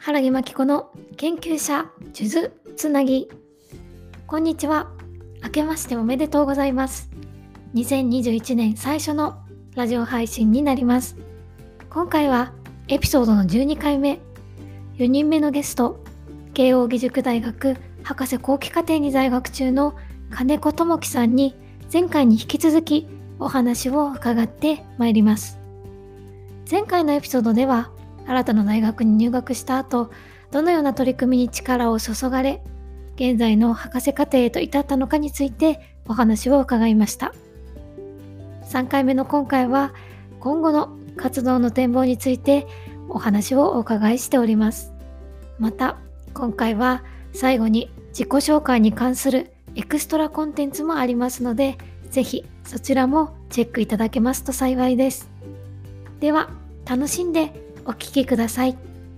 原木真紀子の研究者数珠つなぎ。こんにちは。明けましておめでとうございます。2021年最初のラジオ配信になります。今回はエピソードの12回目、4人目のゲスト、慶應義塾大学博士後期課程に在学中の金子智樹さんに前回に引き続きお話を伺ってまいります。前回のエピソードでは新たな大学に入学した後、どのような取り組みに力を注がれ、現在の博士課程へと至ったのかについてお話を伺いました。3回目の今回は、今後の活動の展望についてお話をお伺いしております。また、今回は最後に自己紹介に関するエクストラコンテンツもありますので、ぜひそちらもチェックいただけますと幸いです。では、楽しんでお聞きください。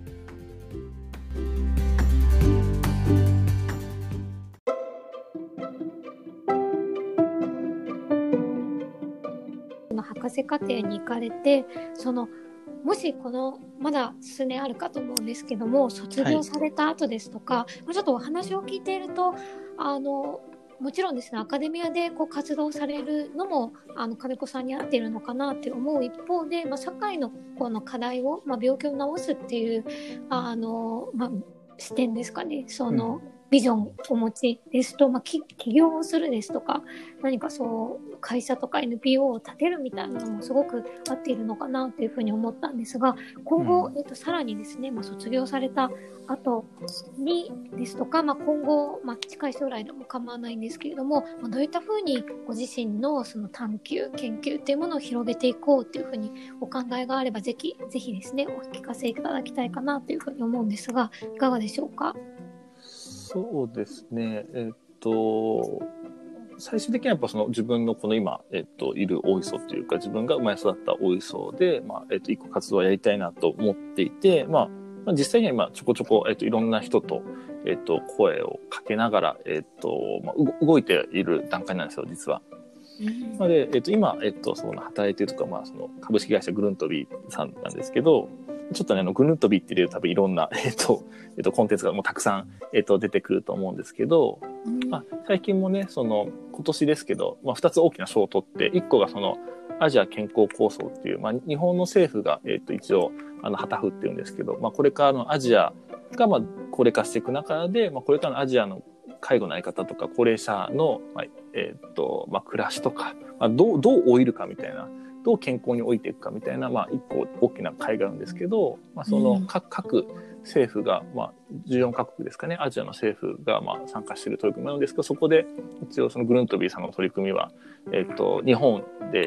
博士課程に行かれて、もしまだ数年あるかと思うんですけども、卒業された後ですとか、ちょっとお話を聞いていると、もちろんですね、アカデミアで活動されるのも金子さんに合っているのかなって思う一方で、社会の課題を、病気を治すっていう視点ですかね、ビジョンをお持ちですと、起業をするですとか、何か会社とか NPO を立てるみたいなのもすごく合っているのかなというふうに思ったんですが、今後、さらにですね、卒業された後にですとか、今後、近い将来でも構わないんですけれども、どういったふうにご自身の探究研究っていうものを広げていこうっていうふうにお考えがあれば、ぜひですねお聞かせいただきたいかなというふうに思うんですが、いかがでしょうか？ そうですね。最終的にはやっぱ自分のこの今、いる大磯というか、自分が生まれ育った大磯で、一個活動をやりたいなと思っていて、実際には今ちょこちょこ、いろんな人と、声をかけながら、動いている段階なんですよ、実は。なので、今、働いているとか、株式会社グルントビーさんなんですけど、ちょっとね、グルントビーって入れると多分いろんな、コンテンツがもうたくさん、出てくると思うんですけど、最近もね、今年ですけど、2つ大きな賞を取って、1個がアジア健康構想っていう、日本の政府が、一応、旗振ってるんですけど、これからのアジアが、高齢化していく中で、これからのアジアの介護のあり方とか、高齢者の、暮らしとか、どう老いるかみたいな、どう健康に置いていくかみたいな、一個大きな会があるんですけど、各政府が、14カ国ですかね、アジアの政府が参加している取り組みなんですけど、そこで一応グルントビーさんの取り組みは、日本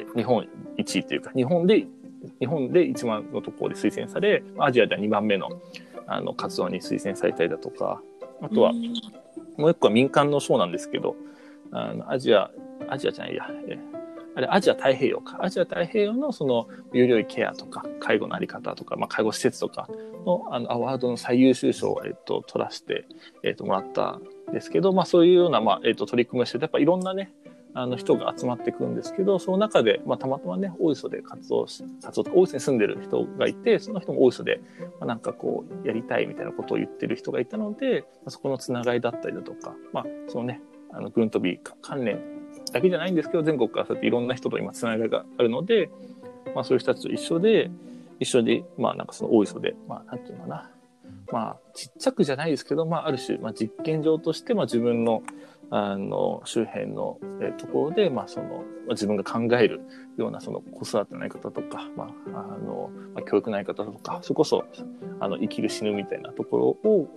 1位というか、日本で一番のところで推薦され、アジアでは2番目の活動に推薦されたりだとか、あとはもう一個は民間の賞なんですけど、アジアじゃないや、アジア太平洋か。アジア太平洋のより良いケアとか、介護のあり方とか、介護施設とかの、アワードの最優秀賞を、取らせて、もらったんですけど、そういうような、取り組みをしてて、やっぱいろんなね、人が集まってくるんですけど、その中で、たまたまね、大磯で大磯に住んでる人がいて、その人も大磯で、やりたいみたいなことを言ってる人がいたので、そこのつながりだったりだとか、グルントビー関連だけじゃないんですけど、全国からそうやっていろんな人と今つながりがあるので、そういう人たちと一緒で、大磯で、なんていうのかな、ちっちゃくじゃないですけど、ある種、実験場として、自分の、周辺の、ところで、自分が考えるような、子育てのやり方とか、教育のやり方とか、それこそ、生きる死ぬみたいなところを、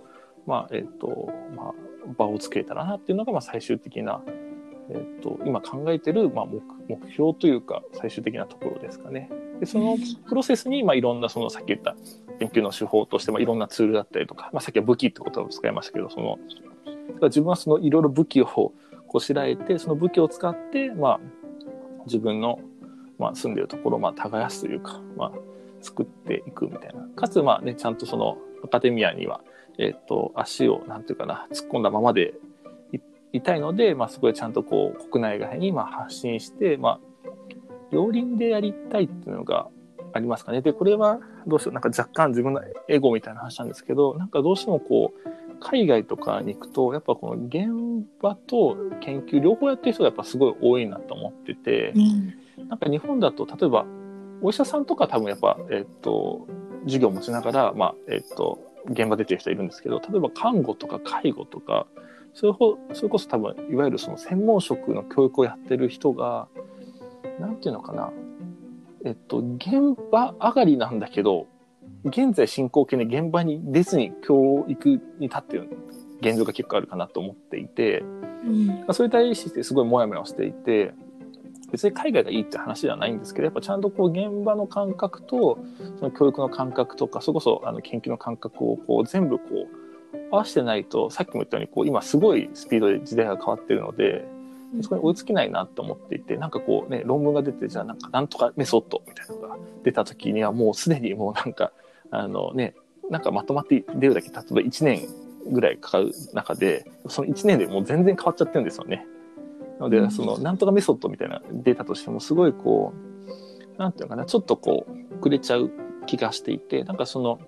場を作れたらなっていうのが、最終的な、今考えてる、目標というか最終的なところですかね。でそのプロセスに、いろんなさっき言った研究の手法として、いろんなツールだったりとか、さっきは武器って言葉を使いましたけど、自分はいろいろ武器をこしらえて、その武器を使って、自分の、住んでいるところを耕すというか、作っていくみたいな。かつ、ちゃんとアカデミアには、足をなんていうかな、突っ込んだままでいたいので、そこでちゃんと国内外に発信して、両輪でやりたいっていうのがありますかね。で、これはどうしよう、なんか若干自分のエゴみたいな話なんですけど、なんかどうしてもこう、海外とかに行くと、やっぱこの現場と研究両方やってる人がやっぱすごい多いなと思ってて、なんか日本だと、例えば、お医者さんとか多分やっぱ、授業を持ちながら、現場出てる人いるんですけど、例えば看護とか介護とか、それこそ多分、いわゆるその専門職の教育をやってる人が、なんていうのかな、現場上がりなんだけど、現在進行形で現場に出ずに教育に立ってる現状が結構あるかなと思っていて、それに対してすごいモヤモヤしていて、別に海外がいいって話ではないんですけど、やっぱちゃんとこう現場の感覚とその教育の感覚とか、それこそ研究の感覚をこう全部こう合わせてないと、さっきも言ったようにこう今すごいスピードで時代が変わってるので、そこに追いつけないなと思っていて、なんかこうね、論文が出て、じゃあなんとかメソッドみたいなのが出た時にはもうすでにもうなんかなんかまとまって出るだけ、例えば1年ぐらいかかる中で、その1年でもう全然変わっちゃってるんですよね。なので、そのなんとかメソッドみたいなデータとしてもすごいこう、なんていうのかな、ちょっとこう遅れちゃう気がしていて、なんかその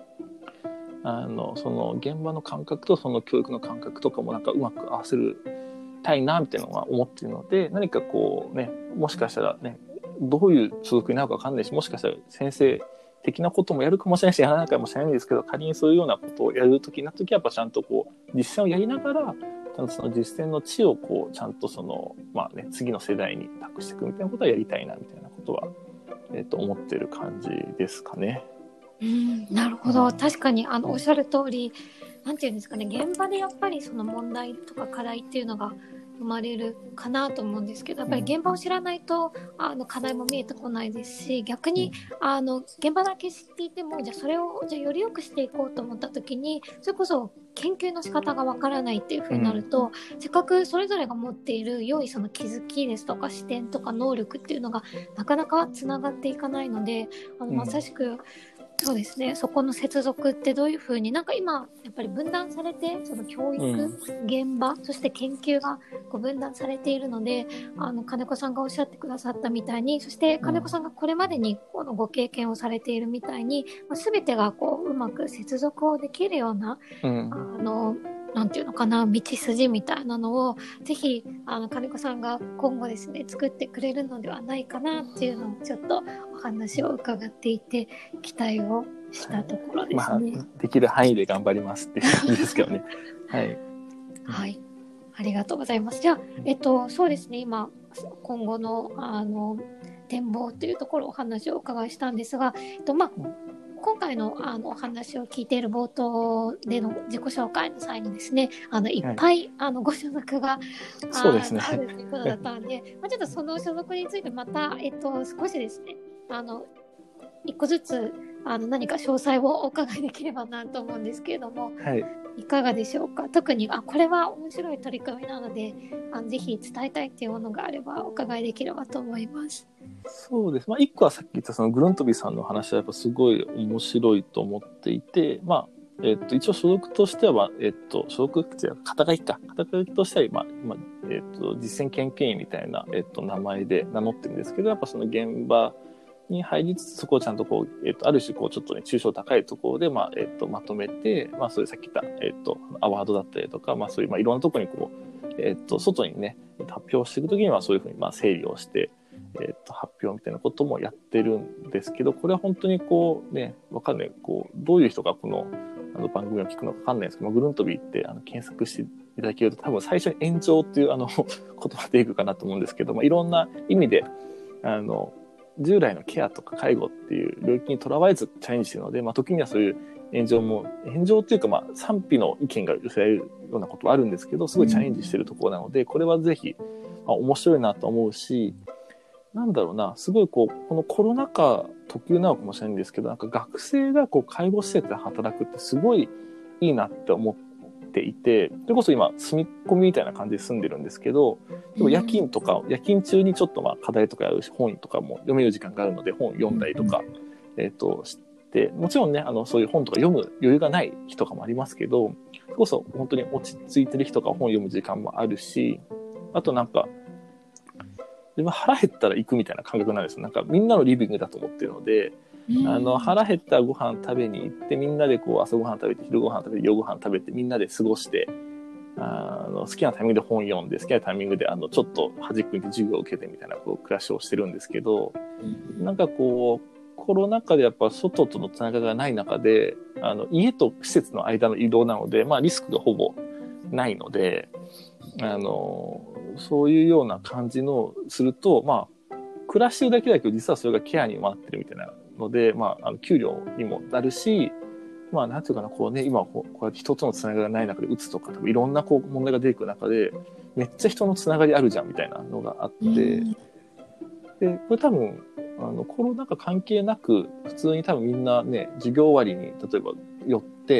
現場の感覚とその教育の感覚とかもなんかうまく合わせるたいなみたいなのは思っているので、何かこうね、もしかしたらね、どういう所属になるかわかんないし、もしかしたら先生的なこともやるかもしれないし、やらないかもしれないんですけど、仮にそういうようなことをやるときになったときは、やっぱちゃんとこう実践をやりながら、ちゃんとその実践の知をこうちゃんとその次の世代に託していくみたいなことはやりたいなみたいなことは思ってる感じですかね。 なるほど。確かにおっしゃる通り、なんていうんですかね、現場でやっぱりその問題とか課題っていうのが生まれるかなと思うんですけど、やっぱり現場を知らないと課題も見えてこないですし、逆に現場だけ知っていても、じゃあそれをより良くしていこうと思った時に、それこそ研究の仕方がわからないっていう風になると、せっかくそれぞれが持っている良いその気づきですとか視点とか能力っていうのがなかなかつながっていかないので、まさしくそうですね、そこの接続ってどういうふうに、なんか今やっぱり分断されて、その教育、現場、そして研究がこう分断されているので、金子さんがおっしゃってくださったみたいに、そして金子さんがこれまでにこのご経験をされているみたいに、全てがこううまく接続をできるような、なんていうのかな、道筋みたいなのをぜひ金子さんが今後ですね作ってくれるのではないかなっていうのをちょっとお話を伺っていて期待をしたところですね。 できる範囲で頑張りますっていう感じですけどね。はい、 はい、ありがとうございます。じゃあそうですね、今後の展望というところお話をお伺いしたんですが、今回のお話を聞いている冒頭での自己紹介の際にですね、いっぱいご所属が、 そうですね、 あるということだったので、ちょっとその所属についてまた、少しですね、一個ずつ何か詳細をお伺いできればなと思うんですけれども、いかがでしょうか。特にこれは面白い取り組みなのでぜひ伝えたいっていうものがあればお伺いできればと思います。 そうです。一個はさっき言ったそのグロントビさんの話はやっぱすごい面白いと思っていて、一応所属としては、所属って肩書きとしては実践研究員みたいな、名前で名乗ってるんですけど、やっぱその現場に入りつつ、そこをちゃんとこう、ある種こうちょっとね、抽象高いところで、まとめて、そういうさっき言った、アワードだったりとか、そういう、いろんなところにこう、外にね、発表していくときにはそういうふうに、整理をして、発表みたいなこともやってるんですけど、これは本当にこうね、わかんない、こう、どういう人がこの、番組を聞くのかわかんないですけど、グルントビーって検索していただけると、多分最初に炎上っていう言葉でいくかなと思うんですけど、いろんな意味で、従来のケアとか介護っていう領域にとらわれずチャレンジしているので、時にはそういう炎上っていうか、賛否の意見が寄せられるようなことはあるんですけど、すごいチャレンジしているところなので、これはぜひ、面白いなと思うし、なんだろうな、すごいこのコロナ禍特有なのかもしれないんですけど、なんか学生が介護施設で働くってすごいいいなって思っていて、それこそ今住み込みみたいな感じで住んでるんですけど、夜勤中にちょっと課題とかやるし、本とかも読める時間があるので本読んだりとか、して、もちろんね、そういう本とか読む余裕がない日とかもありますけど、それこそ本当に落ち着いてる日とか本読む時間もあるし、あとなんか、自分腹減ったら行くみたいな感覚なんですよ。なんかみんなのリビングだと思ってるので、 腹減ったらご飯食べに行って、みんなでこう朝ご飯食べて、昼ご飯食べて、夜ご飯食べて、みんなで過ごして、好きなタイミングで本読んで、好きなタイミングでちょっと端っこに授業を受けてみたいなこう暮らしをしてるんですけど、なんかこう、コロナ禍でやっぱ外とのつながりがない中で、家と施設の間の移動なので、まあリスクがほぼないので、そういうような感じのすると、まあ、暮らしてるだけだけど、実はそれがケアに回ってるみたいなので、まあ、給料にもなるし、まあ、なんていうかな、こうね、今こうやって人とのつながりがない中で、うつとか、いろんなこう問題が出てくる中で、めっちゃ人のつながりあるじゃんみたいなのがあって、で、これ多分、コロナ禍関係なく、普通に多分みんなね、授業終わりに、例えば寄って、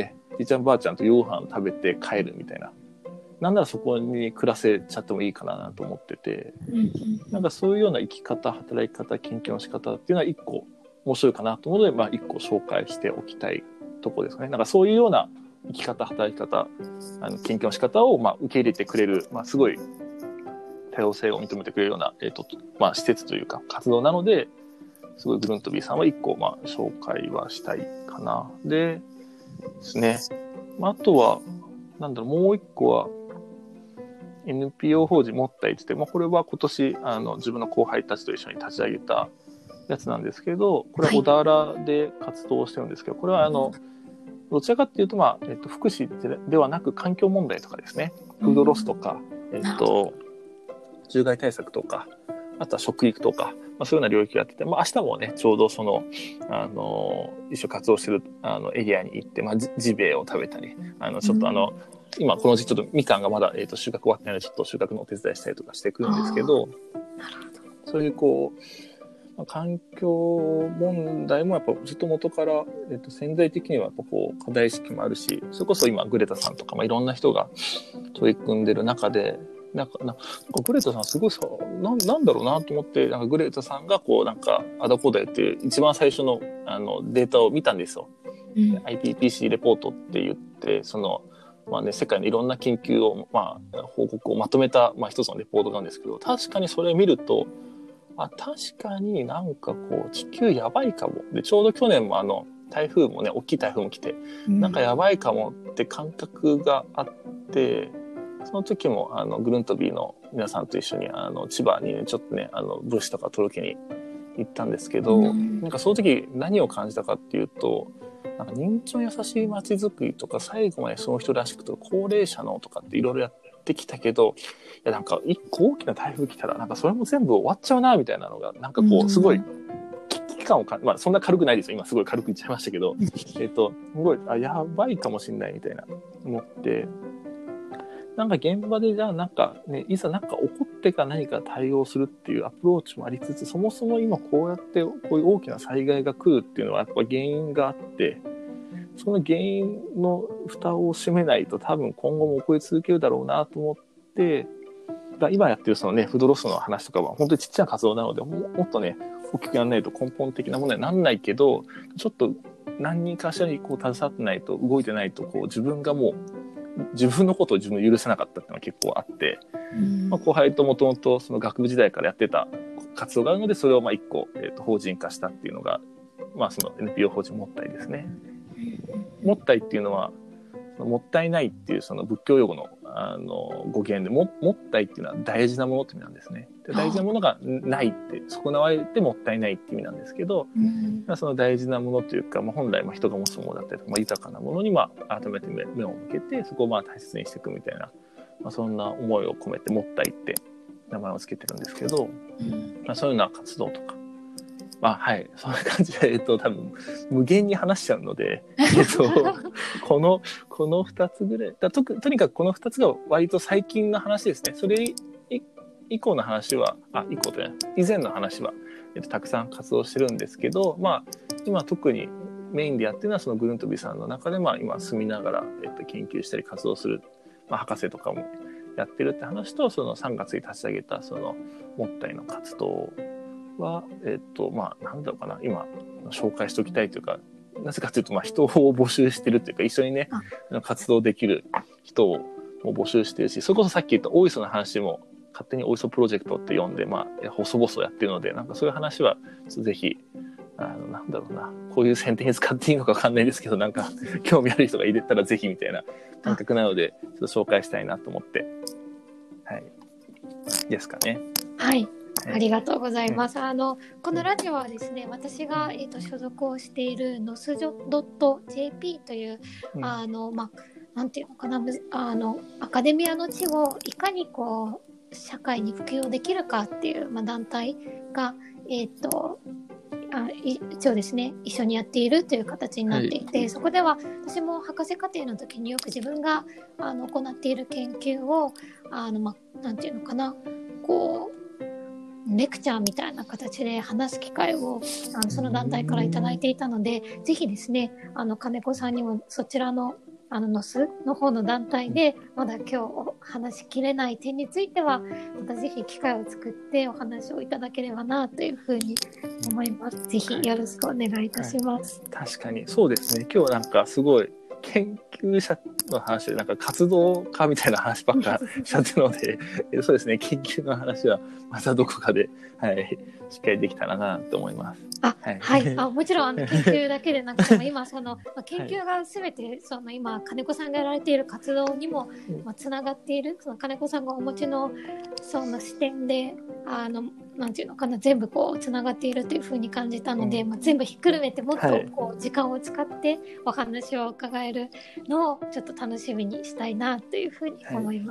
じいちゃんばあちゃんと夕ご飯食べて帰るみたいな。なんならそこに暮らせちゃってもいいかなと思ってて、なんかそういうような生き方、働き方、研究の仕方っていうのは一個面白いかなと思うので、まあ一個紹介しておきたいところですね。なんかそういうような生き方、働き方、研究の仕方をまあ受け入れてくれる、まあすごい多様性を認めてくれるような、まあ施設というか活動なので、すごいグルントビーさんは一個まあ紹介はしたいかな。でですね。まあ、あとは、なんだろう、もう一個は、NPO 法人もったいって言って、まあ、これは今年自分の後輩たちと一緒に立ち上げたやつなんですけど、これは小田原で活動してるんですけど、これはどちらかっていうと、まあ福祉ではなく環境問題とかですね、フードロスとか、獣害対策とか、あとは食育とか、まあ、そういうような領域をやってて、まあ、明日もねちょうどその一緒活動してるエリアに行って、まあ、ジビエを食べたり、ちょっと今この時期ちょっとみかんがまだ、収穫終わってないのでちょっと収穫のお手伝いしたりとかしてくるんですけど、そういうこう環境問題もやっぱずっと元から、潜在的にはやっぱこう課題意識もあるし、それこそ今グレタさんとか、まあ、いろんな人が取り組んでる中で、なんかグレタさんすごいさ、なんだろうなと思って、なんかグレタさんがこうなんかアダコダやっていう一番最初のデータを見たんですよ。IPCC レポートって言って、そのまあね、世界のいろんな研究を、まあ、報告をまとめた、まあ、一つのレポートなんですけど、確かにそれを見ると、確かになんかこう地球やばいかも。で、ちょうど去年も台風もね、大きい台風も来て、なんかやばいかもって感覚があって、その時もグルントビーの皆さんと一緒に千葉にね、ちょっとね、物資とか届けに行ったんですけど、なんかその時何を感じたかっていうと、なんか認知症優しい街づくりとか最後までその人らしくと高齢者のとかっていろいろやってきたけど、いやなんか一個大きな台風来たらなんかそれも全部終わっちゃうなみたいなのがなんかこうすごい危機感をまあそんな軽くないですよ、今すごい軽く言っちゃいましたけどすごいやばいかもしんないみたいな思って、なんか現場でじゃあなんかね、いざなんか起こってから何か対応するっていうアプローチもありつつ、そもそも今こうやってこういう大きな災害が来るっていうのはやっぱ原因があって、その原因の蓋を閉めないと多分今後も起こり続けるだろうなと思って、今やってるそのね、フードロスの話とかは本当にちっちゃな活動なので、もっとね、大きくやらないと根本的な問題にならないけど、ちょっと何人かしらにこう携わってないと、動いてないと、こう自分がもう、自分のことを自分許せなかったっていうのが結構あって、まあ、後輩ともともとその学部時代からやってた活動があるので、それをまあ一個、法人化したっていうのが、まあその NPO 法人もったいですね。もったいっていうのは、もったいないっていうその仏教用語の語源でもったいっていうのは大事なものって意味なんですね。で大事なものがないって損なわれてもったいないって意味なんですけど、その大事なものというか、まあ、本来人が持つものだったりとか、まあ、豊かなものに改めて目を向けてそこをまあ大切にしていくみたいな、まあ、そんな思いを込めてもったいって名前を付けてるんですけど、まあ、そういうような活動とか。まあはい、そんな感じで、多分、無限に話しちゃうので、この2つぐらい、とにかくこの2つが割と最近の話ですね。それ以降の話は、以降とね、以前の話は、たくさん活動してるんですけど、まあ、今特にメインでやってるのは、そのグルントビさんの中で、まあ今住みながら、研究したり活動する、まあ博士とかもやってるって話と、その3月に立ち上げた、その、もったいの活動は、まあ、なんだろうかな、今、紹介しておきたいというか、なぜかというと、まあ、人を募集してるというか、一緒にね、活動できる人を募集してるし、それこそさっき言った大磯の話も、勝手に大磯プロジェクトって呼んで、まあ、細々やってるので、なんかそういう話は、ぜひ、 なんだろうな、こういう選定に使っていいのかわかんないですけど、なんか興味ある人が入れたらぜひみたいな感覚なので、ちょっと紹介したいなと思って、はい、ですかね。 はい、ありがとうございます。このラジオはですね、私が、所属をしている nos.jp という、なんていうのかな、アカデミアの地をいかにこう社会に普及できるかっていう、団体が、一応ですね、一緒にやっているという形になっていて、そこでは私も博士課程の時によく自分が行っている研究をなんていうのかな、こうレクチャーみたいな形で話す機会をその団体からいただいていたので、ぜひですね、金子さんにもそちらのノスの方の団体でまだ今日話しきれない点については、またぜひ機会を作ってお話をいただければなというふうに思います。ぜひよろしくお願いいたします。 確かにそうですね。今日なんかすごい研究者の話でなんか活動家みたいな話ばっかしちゃってるのでそうですね、研究の話はまたどこかで、しっかりできたらなと思います。 もちろん研究だけでなくても今その、研究が全てその今金子さんがやられている活動にも、つながっている、その金子さんがお持ちのその視点でなんていうのかな、全部こうつながっているというふうに感じたので、全部ひっくるめてもっとこう時間を使ってお話を伺えるのをちょっと楽しみにしたいなというふうに思います。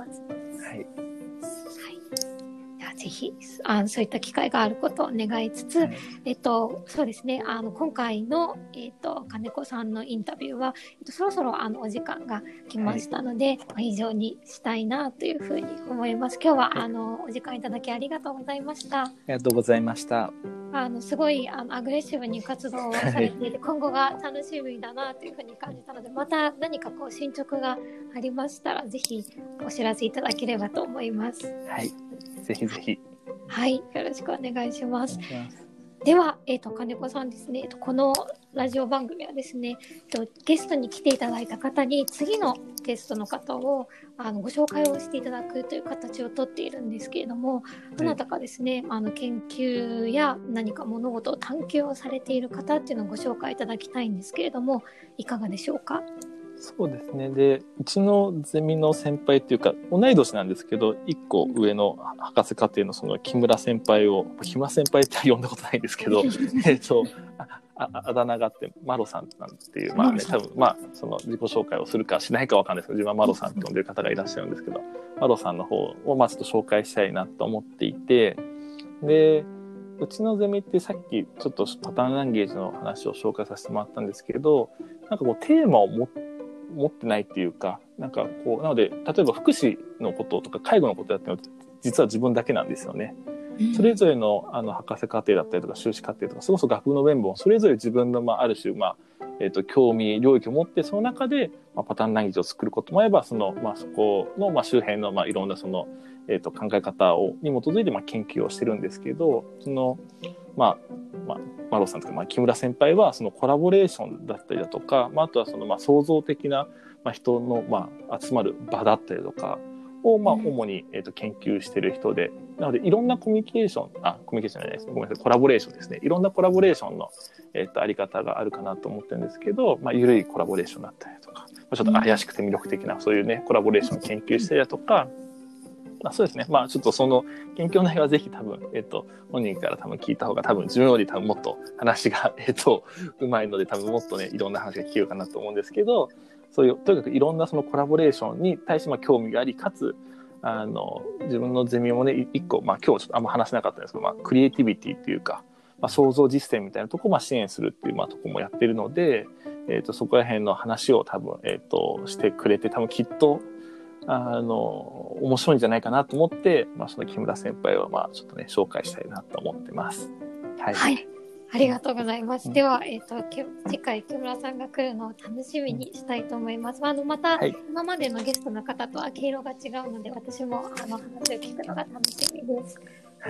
ぜひそういった機会があることを願いつつ、そうですね、今回の、金子さんのインタビューは、そろそろお時間が来ましたので、以上にしたいなというふうに思います。今日はお時間いただきありがとうございました。 ありがとうございました。 すごいアグレッシブに活動をされていて、今後が楽しみだなというふうに感じたので、また何かこう進捗がありましたらぜひお知らせいただければと思います。 ぜひぜひ。 よろしくお願いします。では、金子さんですね、このラジオ番組はですね、ゲストに来ていただいた方に次のゲストの方をご紹介をしていただくという形をとっているんですけれども、どなたかですね、研究や何か物事を探求をされている方っていうのをご紹介いただきたいんですけれども、いかがでしょうか？ そうですね。で、うちのゼミの先輩っていうか、同い年なんですけど、1個上の博士課程のその木村先輩を、木村先輩って呼んだことないんですけど、あだ名があって、マロさんなんていう、多分、その自己紹介をするかしないかわかんないですけど、自分はマロさんって呼んでる方がいらっしゃるんですけど、マロさんの方を、ちょっと紹介したいなと思っていて、で、うちのゼミってさっきちょっとパターンランゲージの話を紹介させてもらったんですけど、なんかこうテーマを持ってないっていうか、なんかこう、なので、例えば福祉のこととか介護のことやってるのって、実は自分だけなんですよね。それぞれの博士課程だったりとか修士課程とか、それこそ学部の面もそれぞれ自分のある種興味領域を持って、その中でパターンランゲージを作ることもあれば、そこの周辺のいろんなその考え方に基づいて研究をしてるんですけど、そのマロさんとか木村先輩はそのコラボレーションだったりだとか、あとはその創造的な人の集まる場だったりとかを主に研究してる人で、なのでいろんなコミュニケーションじゃないです。ごめんなさい、コラボレーションですね。いろんなコラボレーションのあり方があるかなと思ってるんですけど、緩いコラボレーションだったりとか、ちょっと怪しくて魅力的なそういうねコラボレーションを研究したりだとか。そうですね。ちょっとその研究内容はぜひ多分、本人から多分聞いた方が多分自分より多分もっと話が、うまいので多分もっとね、いろんな話が聞けるかなと思うんですけど、そういう、とにかくいろんなそのコラボレーションに対して興味があり、かつ、自分のゼミもね、一個、今日ちょっとあんま話せなかったんですけど、クリエイティビティっていうか、創造実践みたいなところを支援するっていうところもやってるので、そこら辺の話を多分、してくれて、多分きっと、面白いんじゃないかなと思って、その木村先輩はちょっとね紹介したいなと思ってます。 ありがとうございます。では、次回木村さんが来るのを楽しみにしたいと思います。また、今までのゲストの方とは毛色が違うので、私も話を聞くのが楽しみです。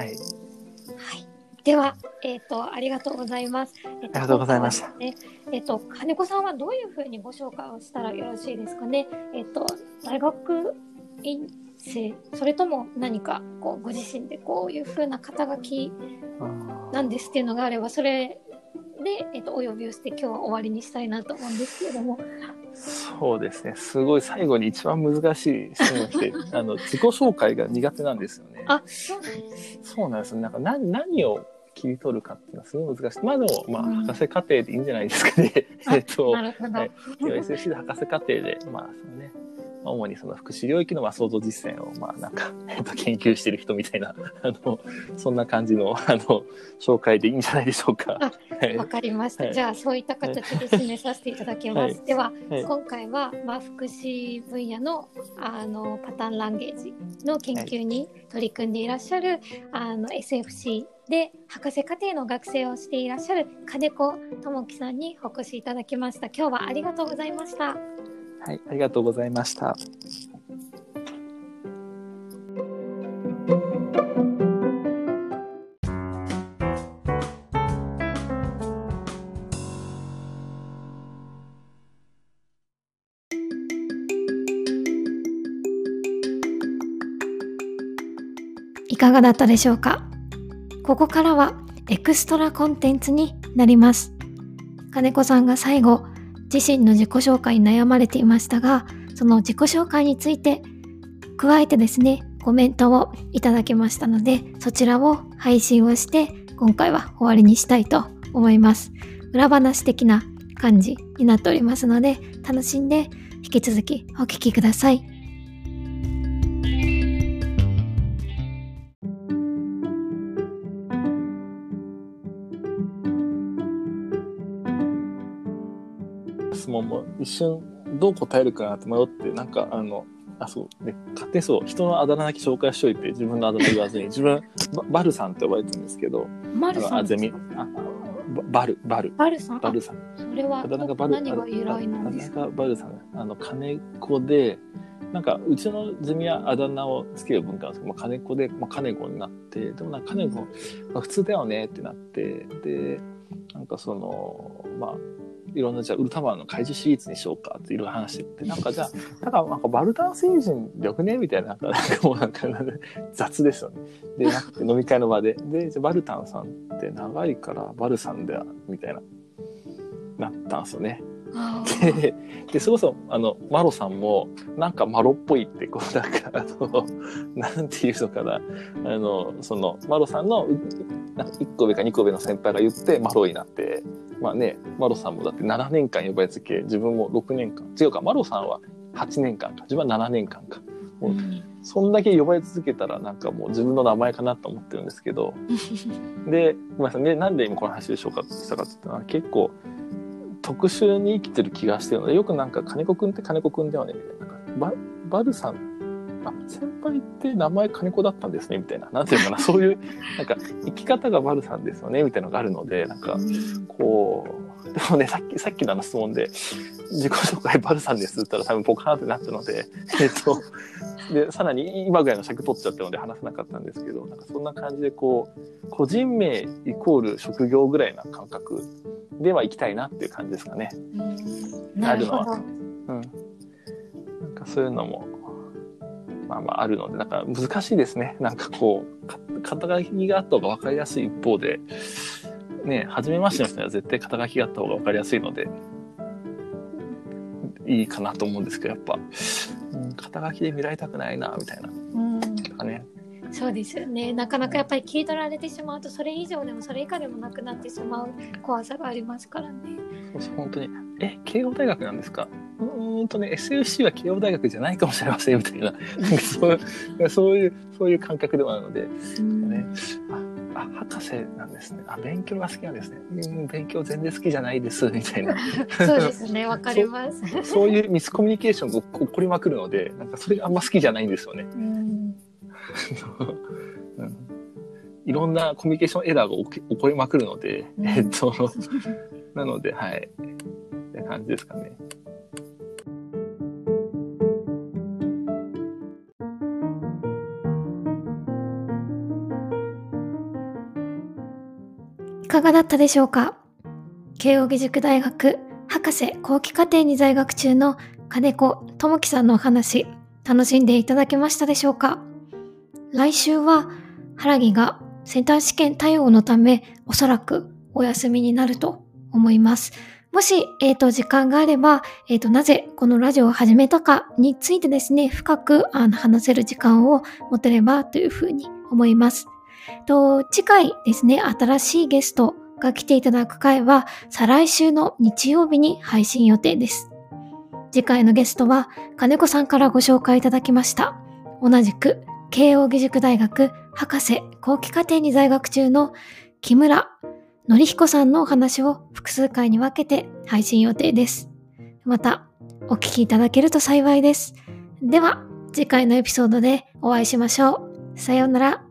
では、ありがとうございます。 ありがとうございました。 金子さんはどういうふうにご紹介をしたらよろしいですかね。大学院生、それとも何かご自身でこういうふうな肩書きなんですっていうのがあれば、それで、お呼びをして今日は終わりにしたいなと思うんですけれども。 そうですね。すごい最後に一番難しい質問来て、自己紹介が苦手なんですよね。 あ、そうなんです。 そうなんです。なんか何を切り取るかっていうのはすごい難しい。まあでも、博士課程でいいんじゃないですかね。 なるほど。 はい。SFC で博士課程で、そのね、主にその福祉領域の創造実践を、研究してる人みたいな、そんな感じの、紹介でいいんじゃないでしょうか。 わかりました。はい、じゃあ、そういった形で締めさせていただきます。はい、では、今回は、福祉分野の、パターンランゲージの研究に取り組んでいらっしゃる、SFC で博士課程の学生をしていらっしゃる金子智樹さんにお越しいただきました。今日はありがとうございました。 はい、ありがとうございました。 いかがだったでしょうか。ここからはエクストラコンテンツになります。金子さんが最後、自身の自己紹介に悩まれていましたが、その自己紹介について加えてですね、コメントをいただきましたので、そちらを配信をして今回は終わりにしたいと思います。裏話的な感じになっておりますので、楽しんで引き続きお聞きください。 質問も一瞬どう答えるかなって迷って、そうね、勝手に人のあだ名だけ紹介しといて自分のあだ名言わずに、自分バルさんって呼ばれてるんですけど、 バルさん、 バルさん、 それは何が由来なんですか？ バルさん、金子で、うちのゼミはあだ名をつける文化なんですけど、金子で、金子になって、でも金子、普通だよねってなって、でいろんな、じゃあウルトラマンの怪獣シリーズにしようかっていろいろ話してて、じゃあバルタン星人よくねみたいな、雑ですよね。で、飲み会の場で、じゃあバルタンさんって長いからバルさんだみたいなったんですよね。で、それこそマロさんもマロっぽいって、なんていうのかな、マロさんの1個上か2個上の先輩が言ってマロになって、マロさんもだって7年間呼ばれ続け、自分も6年間、違うか、マロさんは8年間か、自分は7年間か。もうそんだけ呼ばれ続けたらもう自分の名前かなと思ってるんですけど、で、ごめんなさいね、なんで今この話でしょうかってしたかって言ったら、結構特殊に生きてる気がしてるので、よく金子くんって金子くんだよねみたいな、バルさん、先輩って名前金子だったんですねみたいな、なんていうのかな、そういう生き方がバルさんですよねみたいなのがあるので、でもね、さっきの質問で自己紹介バルさんですって言ったら多分ポカーンってなったので、でさらに今ぐらいの尺取っちゃったので話せなかったんですけど、そんな感じで個人名イコール職業ぐらいな感覚では行きたいなっていう感じですかね。 なるほど。 そういうのもあるので、難しいですね。肩書きがあった方が分かりやすい一方で、ね、初めましての人には絶対肩書きがあった方が分かりやすいので、いいかなと思うんですけど、やっぱ、肩書きで見られたくないな、みたいな。 そうですよね。なかなかやっぱり切り取られてしまうと、それ以上でもそれ以下でもなくなってしまう怖さがありますからね。 そう、本当に。慶応大学なんですか？SFC は慶応大学じゃないかもしれませんみたいなそういう感覚でもあるので、博士なんですね。勉強が好きなんですね。勉強全然好きじゃないですみたいな。 そうですね、わかります。 そういうミスコミュニケーションが起こりまくるので、それがあんま好きじゃないんですよね。いろんなコミュニケーションエラーが起こりまくるので、なので、はい。って感じですかね。 いかがだったでしょうか？慶應義塾大学博士後期課程に在学中の金子智樹さんのお話、楽しんでいただけましたでしょうか？来週は原木がセンター試験対応のためおそらくお休みになると思います。もし、時間があれば、なぜこのラジオを始めたかについてですね、深く話せる時間を持てればというふうに思います。次回ですね、新しいゲストが来ていただく回は、再来週の日曜日に配信予定です。次回のゲストは、金子さんからご紹介いただきました。同じく、慶應義塾大学博士後期課程に在学中の木村典彦さんのお話を複数回に分けて配信予定です。またお聞きいただけると幸いです。では次回のエピソードでお会いしましょう。さようなら。